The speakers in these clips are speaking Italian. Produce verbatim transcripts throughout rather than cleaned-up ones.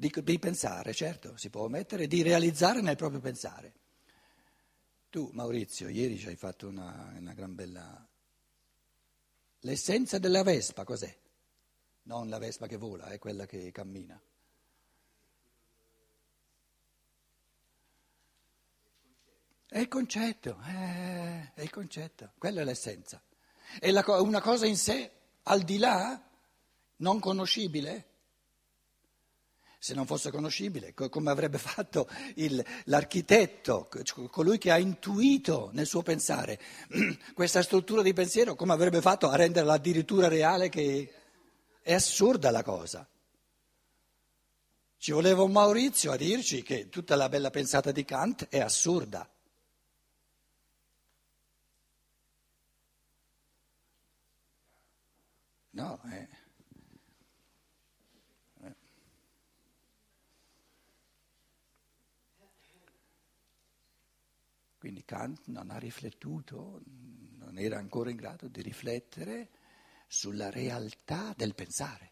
di, di pensare, certo, si può omettere, di realizzare nel proprio pensare. Tu, Maurizio, ieri ci hai fatto una, una gran bella... L'essenza della Vespa cos'è? Non la Vespa che vola, è quella che cammina. È il concetto, eh, è il concetto, quella è l'essenza. È la co- una cosa in sé, al di là, non conoscibile. Se non fosse conoscibile, co- come avrebbe fatto il- l'architetto, co- colui che ha intuito nel suo pensare questa struttura di pensiero, come avrebbe fatto a renderla addirittura reale, che è assurda la cosa. Ci voleva un Maurizio a dirci che tutta la bella pensata di Kant è assurda. No, eh. eh. Quindi Kant non ha riflettuto, non era ancora in grado di riflettere sulla realtà del pensare.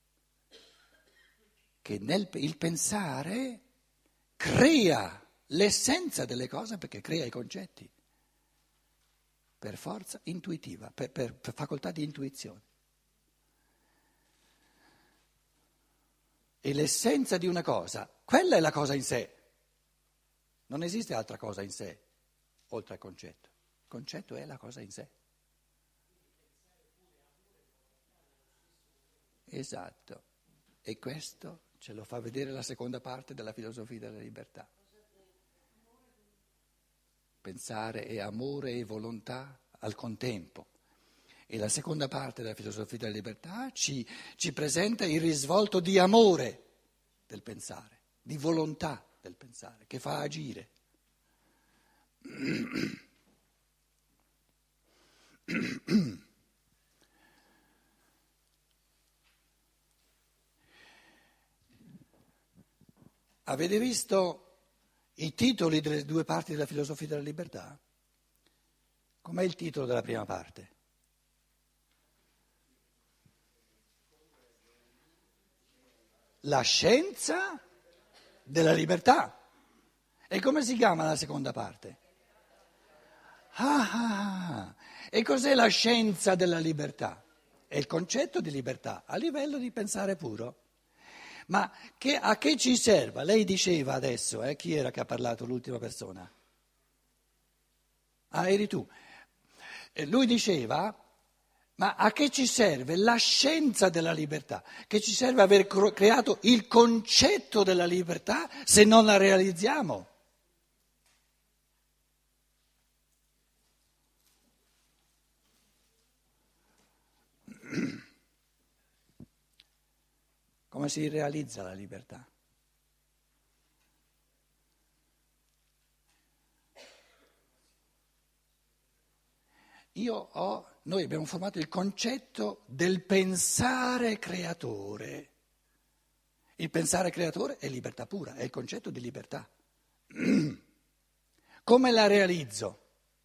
Che nel, il pensare crea l'essenza delle cose perché crea i concetti, per forza intuitiva, per, per, per facoltà di intuizione. E l'essenza di una cosa, quella è la cosa in sé. Non esiste altra cosa in sé, oltre al concetto. Il concetto è la cosa in sé. Esatto. E questo ce lo fa vedere la seconda parte della filosofia della libertà. Pensare è amore e volontà al contempo. E la seconda parte della filosofia della libertà ci, ci presenta il risvolto di amore del pensare, di volontà del pensare, che fa agire. Avete visto i titoli delle due parti della filosofia della libertà? Com'è il titolo della prima parte? La scienza della libertà. E come si chiama la seconda parte? Ah, ah, ah. E cos'è la scienza della libertà? È il concetto di libertà a livello di pensare puro. Ma che, a che ci serva? Lei diceva adesso, eh, chi era che ha parlato, l'ultima persona? Ah, eri tu. E lui diceva, ma a che ci serve la scienza della libertà? Che ci serve aver creato il concetto della libertà se non la realizziamo? Come si realizza la libertà? Io ho, noi abbiamo formato il concetto del pensare creatore. Il pensare creatore è libertà pura, è il concetto di libertà. Come la realizzo?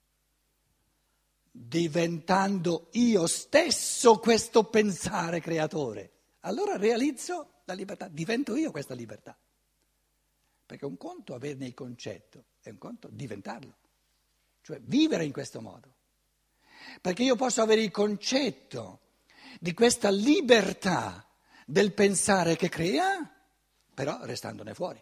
Diventando io stesso questo pensare creatore. Allora realizzo la libertà, divento io questa libertà. Perché un conto averne il concetto, è un conto diventarlo, cioè vivere in questo modo. Perché io posso avere il concetto di questa libertà del pensare che crea, però restandone fuori.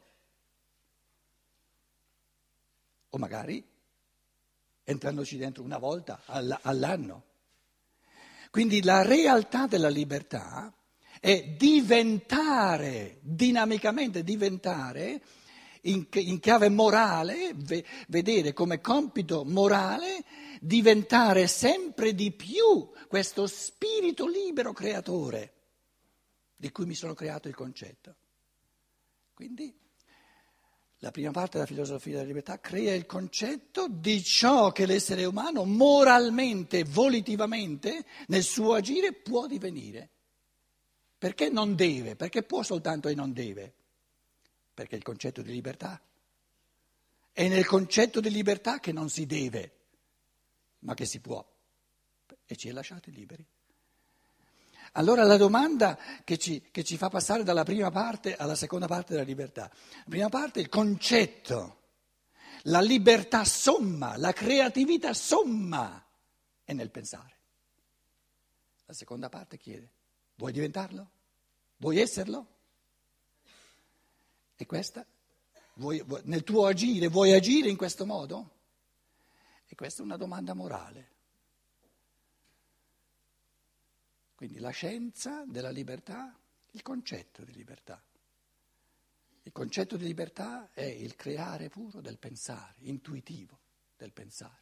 O magari entrandoci dentro una volta all'anno. Quindi la realtà della libertà è diventare, dinamicamente diventare, in, in chiave morale, ve, vedere come compito morale, diventare sempre di più questo spirito libero creatore di cui mi sono creato il concetto. Quindi la prima parte della filosofia della libertà crea il concetto di ciò che l'essere umano moralmente, volitivamente, nel suo agire può divenire. Perché non deve? Perché può soltanto e non deve? Perché il concetto di libertà è nel concetto di libertà che non si deve, ma che si può, e ci è lasciati liberi. Allora la domanda che ci, che ci fa passare dalla prima parte alla seconda parte della libertà. La prima parte è il concetto, la libertà somma, la creatività somma è nel pensare. La seconda parte chiede, vuoi diventarlo? Vuoi esserlo? E questa, vuoi, vuoi, nel tuo agire, vuoi agire in questo modo? E questa è una domanda morale. Quindi la scienza della libertà, il concetto di libertà. Il concetto di libertà è il creare puro del pensare, intuitivo del pensare.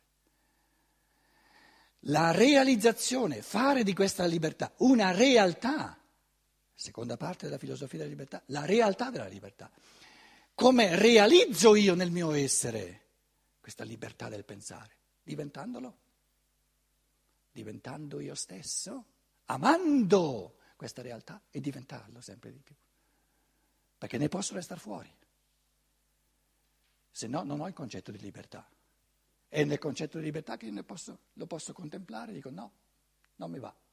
La realizzazione, fare di questa libertà una realtà, seconda parte della filosofia della libertà, la realtà della libertà. Come realizzo io nel mio essere questa libertà del pensare? Diventandolo? Diventando io stesso? Amando questa realtà e diventarlo sempre di più, perché ne posso restare fuori, se no non ho il concetto di libertà. È nel concetto di libertà che io ne posso, lo posso contemplare e dico no, non mi va,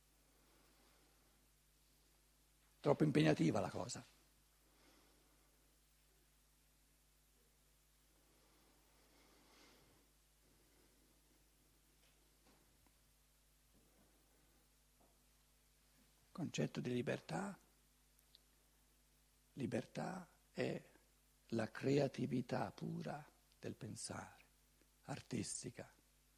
troppo impegnativa la cosa. Concetto di libertà, libertà è la creatività pura del pensare, artistica.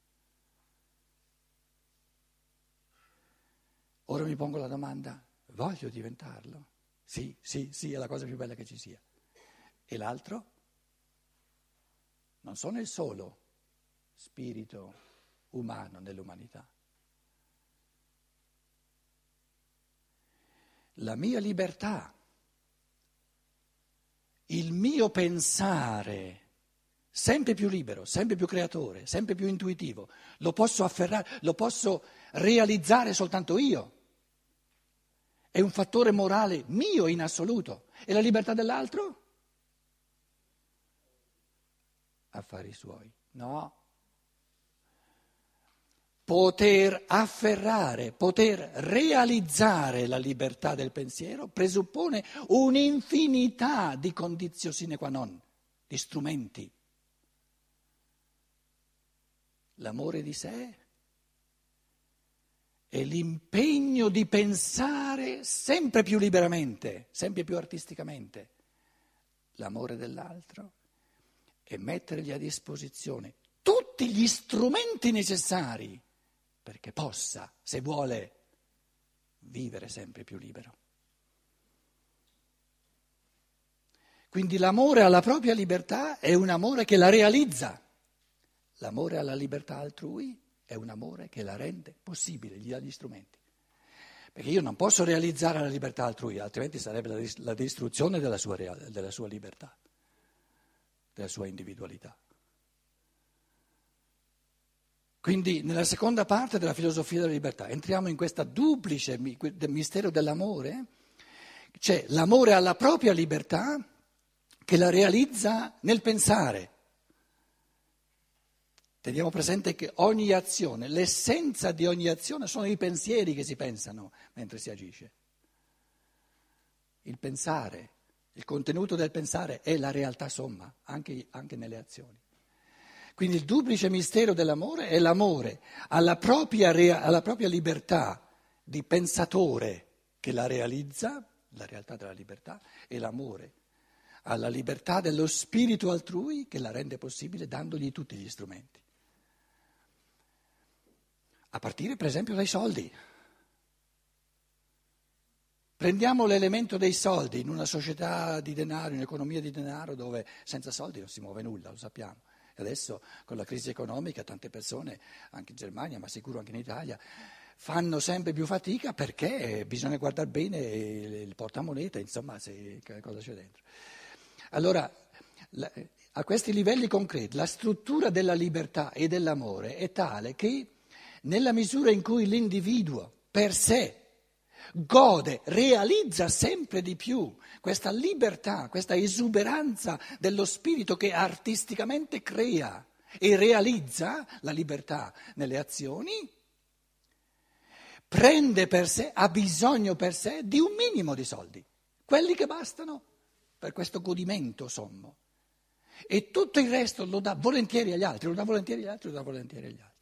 Ora mi pongo la domanda, voglio diventarlo? Sì, sì, sì, è la cosa più bella che ci sia. E l'altro? Non sono il solo spirito umano nell'umanità. La mia libertà, il mio pensare, sempre più libero, sempre più creatore, sempre più intuitivo, lo posso afferrare, lo posso realizzare soltanto io. È un fattore morale mio in assoluto. E la libertà dell'altro? Affari suoi. No. Poter afferrare, poter realizzare la libertà del pensiero presuppone un'infinità di conditio sine qua non, di strumenti. L'amore di sé è l'impegno di pensare sempre più liberamente, sempre più artisticamente. L'amore dell'altro è mettergli a disposizione tutti gli strumenti necessari perché possa, se vuole, vivere sempre più libero. Quindi l'amore alla propria libertà è un amore che la realizza. L'amore alla libertà altrui è un amore che la rende possibile, gli dà gli strumenti. Perché io non posso realizzare la libertà altrui, altrimenti sarebbe la, la distruzione della sua, della sua libertà, della sua individualità. Quindi nella seconda parte della filosofia della libertà entriamo in questo duplice mistero dell'amore. C'è l'amore alla propria libertà che la realizza nel pensare. Teniamo presente che ogni azione, l'essenza di ogni azione sono i pensieri che si pensano mentre si agisce. Il pensare, il contenuto del pensare è la realtà somma, anche, anche nelle azioni. Quindi il duplice mistero dell'amore è l'amore alla propria, alla propria libertà di pensatore che la realizza, la realtà della libertà, e l'amore alla libertà dello spirito altrui che la rende possibile dandogli tutti gli strumenti. A partire per esempio dai soldi. Prendiamo l'elemento dei soldi in una società di denaro, in un'economia di denaro dove senza soldi non si muove nulla, lo sappiamo. E adesso con la crisi economica tante persone, anche in Germania, ma sicuro anche in Italia, fanno sempre più fatica perché bisogna guardare bene il portamoneta, insomma, se, cosa c'è dentro. Allora, la, a questi livelli concreti, la struttura della libertà e dell'amore è tale che nella misura in cui l'individuo per sé gode, realizza sempre di più questa libertà, questa esuberanza dello spirito che artisticamente crea e realizza la libertà nelle azioni, prende per sé, ha bisogno per sé di un minimo di soldi, quelli che bastano per questo godimento sommo. E tutto il resto lo dà volentieri agli altri, lo dà volentieri agli altri, lo dà volentieri agli altri.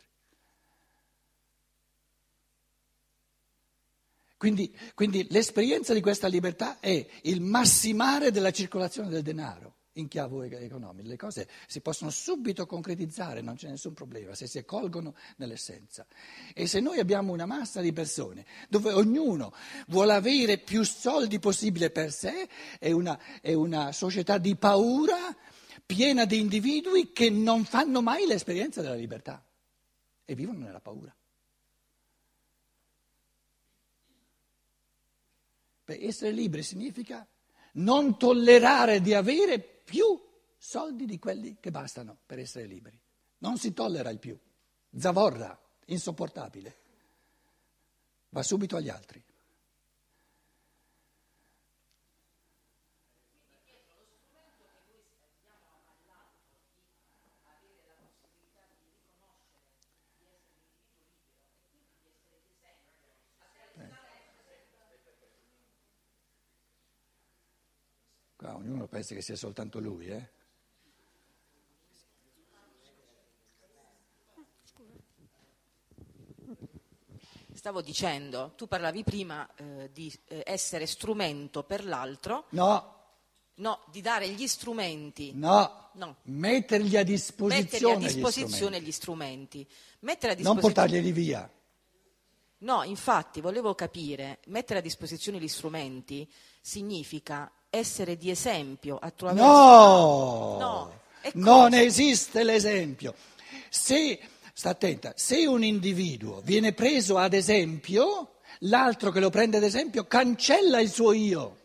Quindi, quindi l'esperienza di questa libertà è il massimare della circolazione del denaro in chiave economica. Le cose si possono subito concretizzare, non c'è nessun problema, se si accolgono nell'essenza. E se noi abbiamo una massa di persone dove ognuno vuole avere più soldi possibile per sé, è una, è una società di paura piena di individui che non fanno mai l'esperienza della libertà e vivono nella paura. Per essere liberi significa non tollerare di avere più soldi di quelli che bastano per essere liberi. Non si tollera il più. Zavorra, insopportabile. Va subito agli altri. Qua ognuno pensa che sia soltanto lui, eh? Stavo dicendo, tu parlavi prima eh, di eh, essere strumento per l'altro. No. No, di dare gli strumenti. No. No. Mettergli a disposizione, Mettergli a disposizione gli strumenti. gli strumenti. Mettere a Non disposizione... portarglieli via. No, infatti, volevo capire, mettere a disposizione gli strumenti significa essere di esempio attraverso... No! No! E Non cosa? esiste l'esempio. Se, sta attenta, se un individuo viene preso ad esempio, l'altro che lo prende ad esempio cancella il suo io.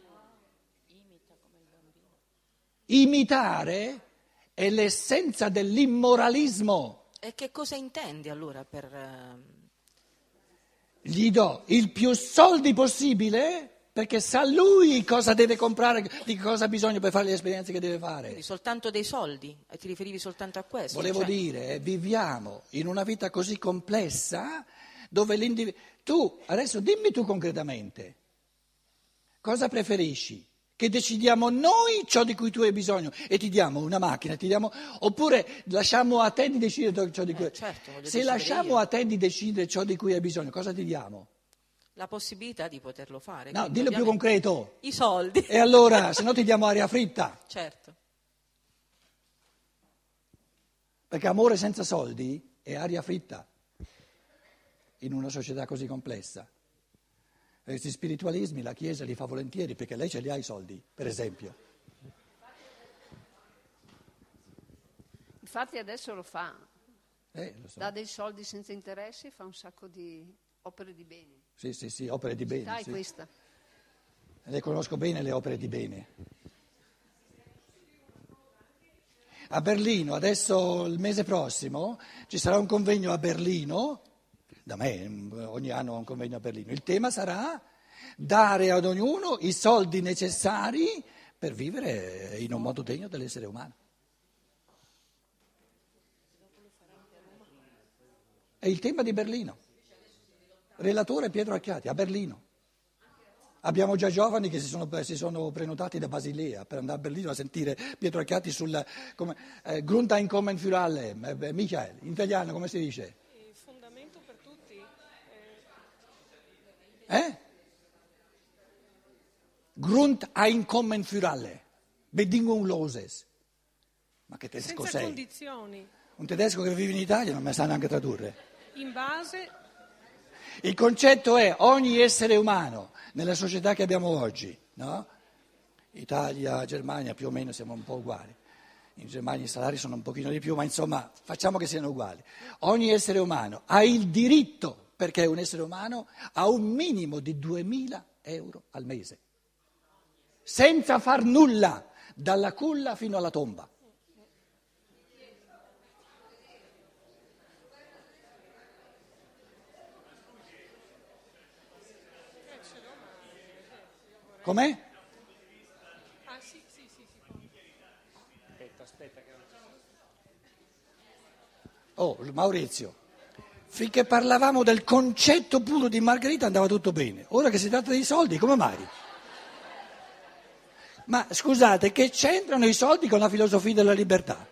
Imitare è l'essenza dell'immoralismo. E che cosa intendi allora per... eh, Gli do il più soldi possibile perché sa lui cosa deve comprare, di cosa ha bisogno per fare le esperienze che deve fare. Quindi soltanto dei soldi? E ti riferivi soltanto a questo? Volevo Cioè, dire, eh, viviamo in una vita così complessa dove l'individuo... Tu, adesso dimmi tu concretamente, cosa preferisci? Che decidiamo noi ciò di cui tu hai bisogno e ti diamo una macchina, ti diamo... oppure lasciamo a te di decidere ciò di cui... Eh, certo, voglio Se decidere lasciamo io. a te di decidere ciò di cui hai bisogno, cosa ti diamo? La possibilità di poterlo fare. No, quindi dillo più ovviamente concreto. I soldi. E allora, se no ti diamo aria fritta. Certo. Perché amore senza soldi è aria fritta in una società così complessa. Questi spiritualismi la Chiesa li fa volentieri perché lei ce li ha i soldi, per esempio. Infatti adesso lo fa, Eh, lo so. dà dei soldi senza interessi, fa un sacco di opere di bene. Sì, sì, sì, opere di Dai, bene. Sì. questa. Le conosco bene le opere di bene. A Berlino, adesso il mese prossimo, ci sarà un convegno a Berlino, da me ogni anno ho un convegno a Berlino, il tema sarà dare ad ognuno i soldi necessari per vivere in un modo degno dell'essere umano. È il tema di Berlino. Relatore Pietro Acchiati, a Berlino. Abbiamo già giovani che si sono, si sono prenotati da Basilea per andare a Berlino a sentire Pietro Acchiati sul come, eh, Grundeinkommen für alle. Eh, Michael, in italiano come si dice? Il fondamento per tutti. Eh? Grundeinkommen für alle. Bedingungsloses. Ma che tedesco Senza sei? condizioni, Un tedesco che vive in Italia non me sa neanche tradurre. in base, Il concetto è ogni essere umano nella società che abbiamo oggi, no? Italia, Germania più o meno siamo un po' uguali. In Germania i salari sono un pochino di più, ma insomma facciamo che siano uguali. Ogni essere umano ha il diritto, perché è un essere umano, a un minimo di duemila euro al mese, senza far nulla, dalla culla fino alla tomba. Com'è? ah sì, sì, sì, sì. Oh, Maurizio, finché parlavamo del concetto puro di Margherita andava tutto bene. Ora che si tratta di soldi, come mai? Ma scusate, che c'entrano i soldi con la filosofia della libertà?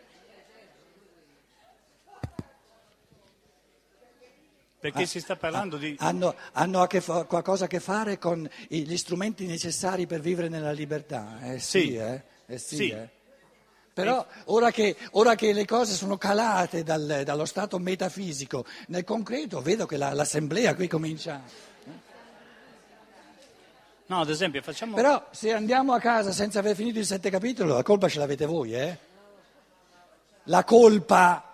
Perché Ah, si sta parlando ah, di... Hanno, hanno a che fa- qualcosa a che fare con i- gli strumenti necessari per vivere nella libertà? Eh sì, Sì. eh? Eh sì, Sì. eh. Però ora che, ora che le cose sono calate dal- dallo stato metafisico, nel concreto vedo che la- l'assemblea qui comincia. No, ad esempio, facciamo... Però se andiamo a casa senza aver finito il sette capitolo, la colpa ce l'avete voi, eh? La colpa...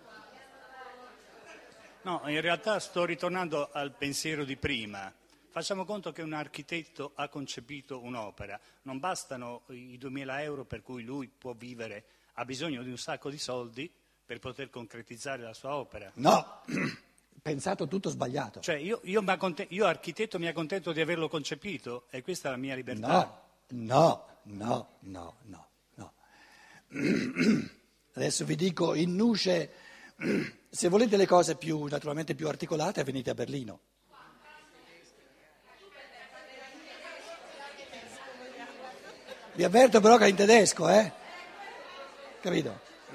No, in realtà sto ritornando al pensiero di prima. Facciamo conto che un architetto ha concepito un'opera, non bastano i duemila euro per cui lui può vivere, ha bisogno di un sacco di soldi per poter concretizzare la sua opera. No, pensato tutto sbagliato. Cioè io, io, m'acconte- io architetto mi accontento di averlo concepito e questa è la mia libertà. No, no, no, no, no, no. Adesso vi dico in nuce, se volete le cose più, naturalmente più articolate, venite a Berlino. Vi avverto però che è in tedesco, eh? Capito?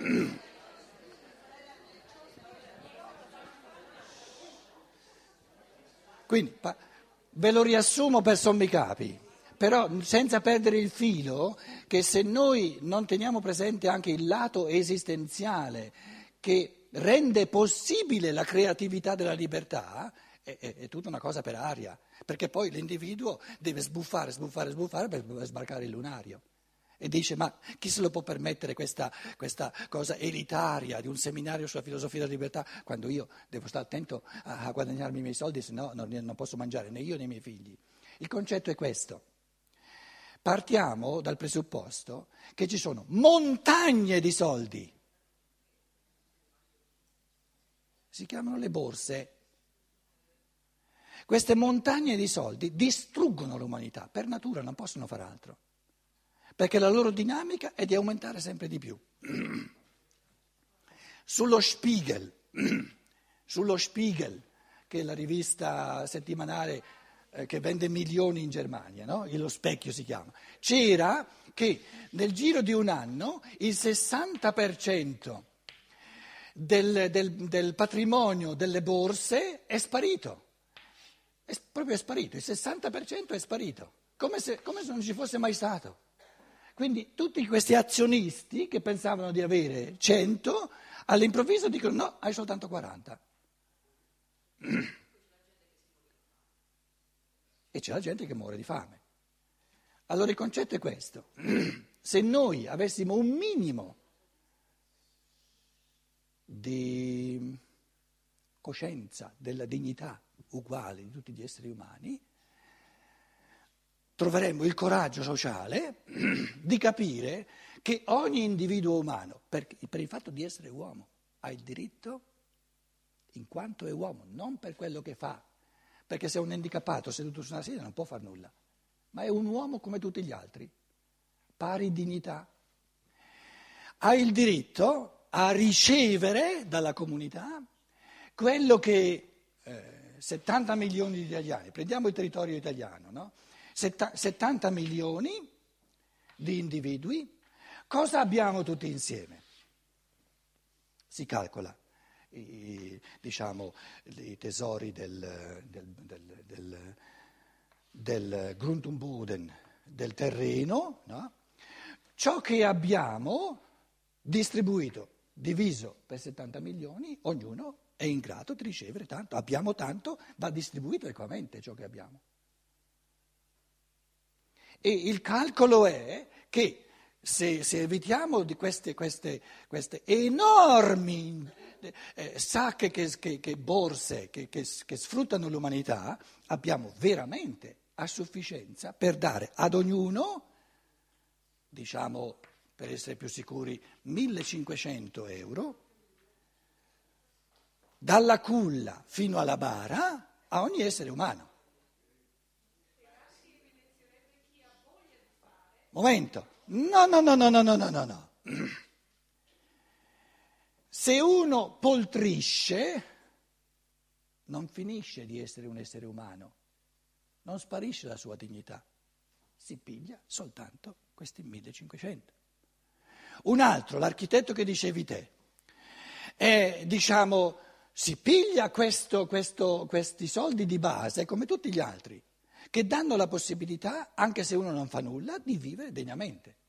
Quindi pa- ve lo riassumo per sommi capi, però senza perdere il filo che se noi non teniamo presente anche il lato esistenziale che rende possibile la creatività della libertà, è, è- è tutta una cosa per aria, perché poi l'individuo deve sbuffare, sbuffare, sbuffare per sbarcare il lunario. E dice, ma chi se lo può permettere questa, questa cosa elitaria di un seminario sulla filosofia della libertà, quando io devo stare attento a, a guadagnarmi i miei soldi, se no non, non posso mangiare né io né i miei figli. Il concetto è questo. Partiamo dal presupposto che ci sono montagne di soldi. Si chiamano le borse. Queste montagne di soldi distruggono l'umanità, per natura non possono fare altro. Perché la loro dinamica è di aumentare sempre di più. Sullo Spiegel, sullo Spiegel, che è la rivista settimanale eh, che vende milioni in Germania, no? Lo Specchio si chiama, c'era che nel giro di un anno il sessanta per cento del, del, del patrimonio delle borse è sparito, è proprio sparito, il sessanta per cento è sparito, come se, come se non ci fosse mai stato. Quindi tutti questi azionisti che pensavano di avere cento, all'improvviso dicono no, hai soltanto quaranta. E c'è la gente che muore di fame. Allora il concetto è questo. Se noi avessimo un minimo di coscienza della dignità uguale di tutti gli esseri umani, troveremmo il coraggio sociale di capire che ogni individuo umano, per, per il fatto di essere uomo, ha il diritto in quanto è uomo, non per quello che fa, perché se è un handicappato seduto su una sedia non può far nulla, ma è un uomo come tutti gli altri, pari dignità. Ha il diritto a ricevere dalla comunità quello che eh, settanta milioni di italiani, prendiamo il territorio italiano, no? settanta milioni di individui, cosa abbiamo tutti insieme? Si calcola, i, diciamo, i tesori del, del, del, del, del Grundumboden, del terreno, no? Ciò che abbiamo distribuito, diviso per settanta milioni, ognuno è in grado di ricevere tanto, abbiamo tanto, va distribuito equamente ciò che abbiamo. E il calcolo è che se, se evitiamo di queste, queste, queste enormi eh, sacche, che, che, che borse che, che, che sfruttano l'umanità, abbiamo veramente a sufficienza per dare ad ognuno, diciamo per essere più sicuri, millecinquecento euro, dalla culla fino alla bara, a ogni essere umano. Momento, no, no, no, no, no, no, no, no, no. Se uno poltrisce, non finisce di essere un essere umano, non sparisce la sua dignità, si piglia soltanto questi millecinquecento. Un altro, l'architetto che dicevi te, è, diciamo, si piglia questo, questo, questi soldi di base come tutti gli altri, che danno la possibilità, anche se uno non fa nulla, di vivere degnamente.